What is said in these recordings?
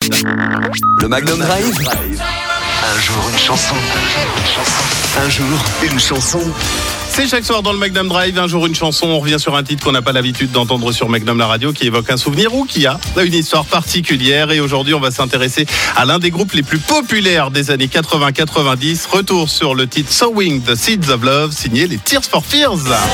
Le Magnum Drive. Un jour une chanson. Un jour une chanson. C'est chaque soir dans le Magnum Drive, un jour une chanson. On revient sur un titre qu'on n'a pas l'habitude d'entendre sur Magnum la radio, qui évoque un souvenir ou qui a une histoire particulière. Et aujourd'hui, on va s'intéresser à l'un des groupes les plus populaires des années 80-90. Retour sur le titre Sowing the Seeds of Love, signé les Tears for Fears.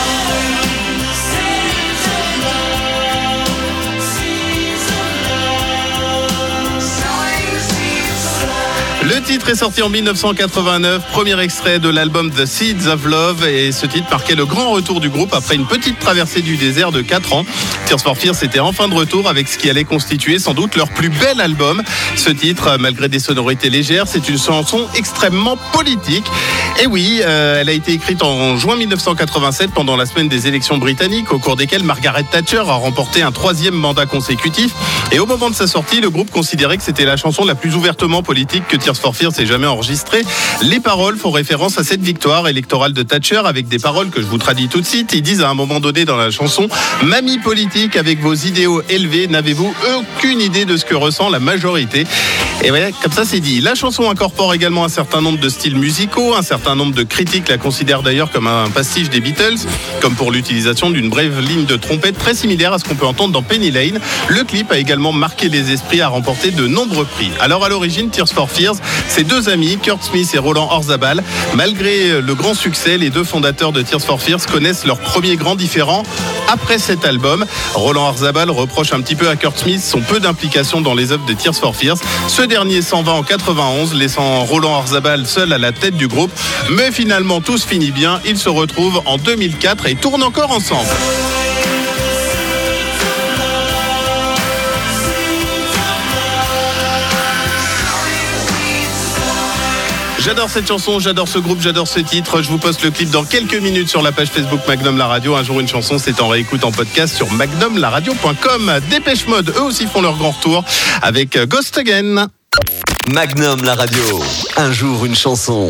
Le titre est sorti en 1989, premier extrait de l'album The Seeds of Love, et ce titre marquait le grand retour du groupe après une petite traversée du désert de 4 ans. Tears for Fears était enfin de retour avec ce qui allait constituer sans doute leur plus bel album. Ce titre, malgré des sonorités légères, c'est une chanson extrêmement politique. Et oui, elle a été écrite en juin 1987 pendant la semaine des élections britanniques, au cours desquelles Margaret Thatcher a remporté un 3e mandat consécutif. Et au moment de sa sortie, le groupe considérait que c'était la chanson la plus ouvertement politique que Tears for Fears ait jamais enregistrée. Les paroles font référence à cette victoire électorale de Thatcher, avec des paroles que je vous traduis tout de suite. Ils disent à un moment donné dans la chanson: « Mamie politique, avec vos idéaux élevés, n'avez-vous aucune idée de ce que ressent la majorité ?» Et voilà, comme ça c'est dit. La chanson incorpore également un certain nombre de styles musicaux. Un certain nombre de critiques la considèrent d'ailleurs comme un pastiche des Beatles, comme pour l'utilisation d'une brève ligne de trompette très similaire à ce qu'on peut entendre dans Penny Lane. Le clip a également marqué les esprits, a remporté de nombreux prix. Alors à l'origine, Tears for Fears, c'est deux amis, Kurt Smith et Roland Orzabal. Malgré le grand succès, les deux fondateurs de Tears for Fears connaissent leur premier grand différend après cet album. Roland Orzabal reproche un petit peu à Kurt Smith son peu d'implication dans les œuvres de Tears for Fears. Ce dernier s'en va en 91, laissant Roland Orzabal seul à la tête du groupe. Mais finalement, tout se finit bien. Ils se retrouvent en 2004 et tournent encore ensemble. J'adore cette chanson, j'adore ce groupe, j'adore ce titre. Je vous poste le clip dans quelques minutes sur la page Facebook Magnum la radio. Un jour une chanson, c'est en réécoute en podcast sur magnumlaradio.com. Dépêche Mode, eux aussi font leur grand retour avec Ghost Again. Magnum la radio. Un jour une chanson.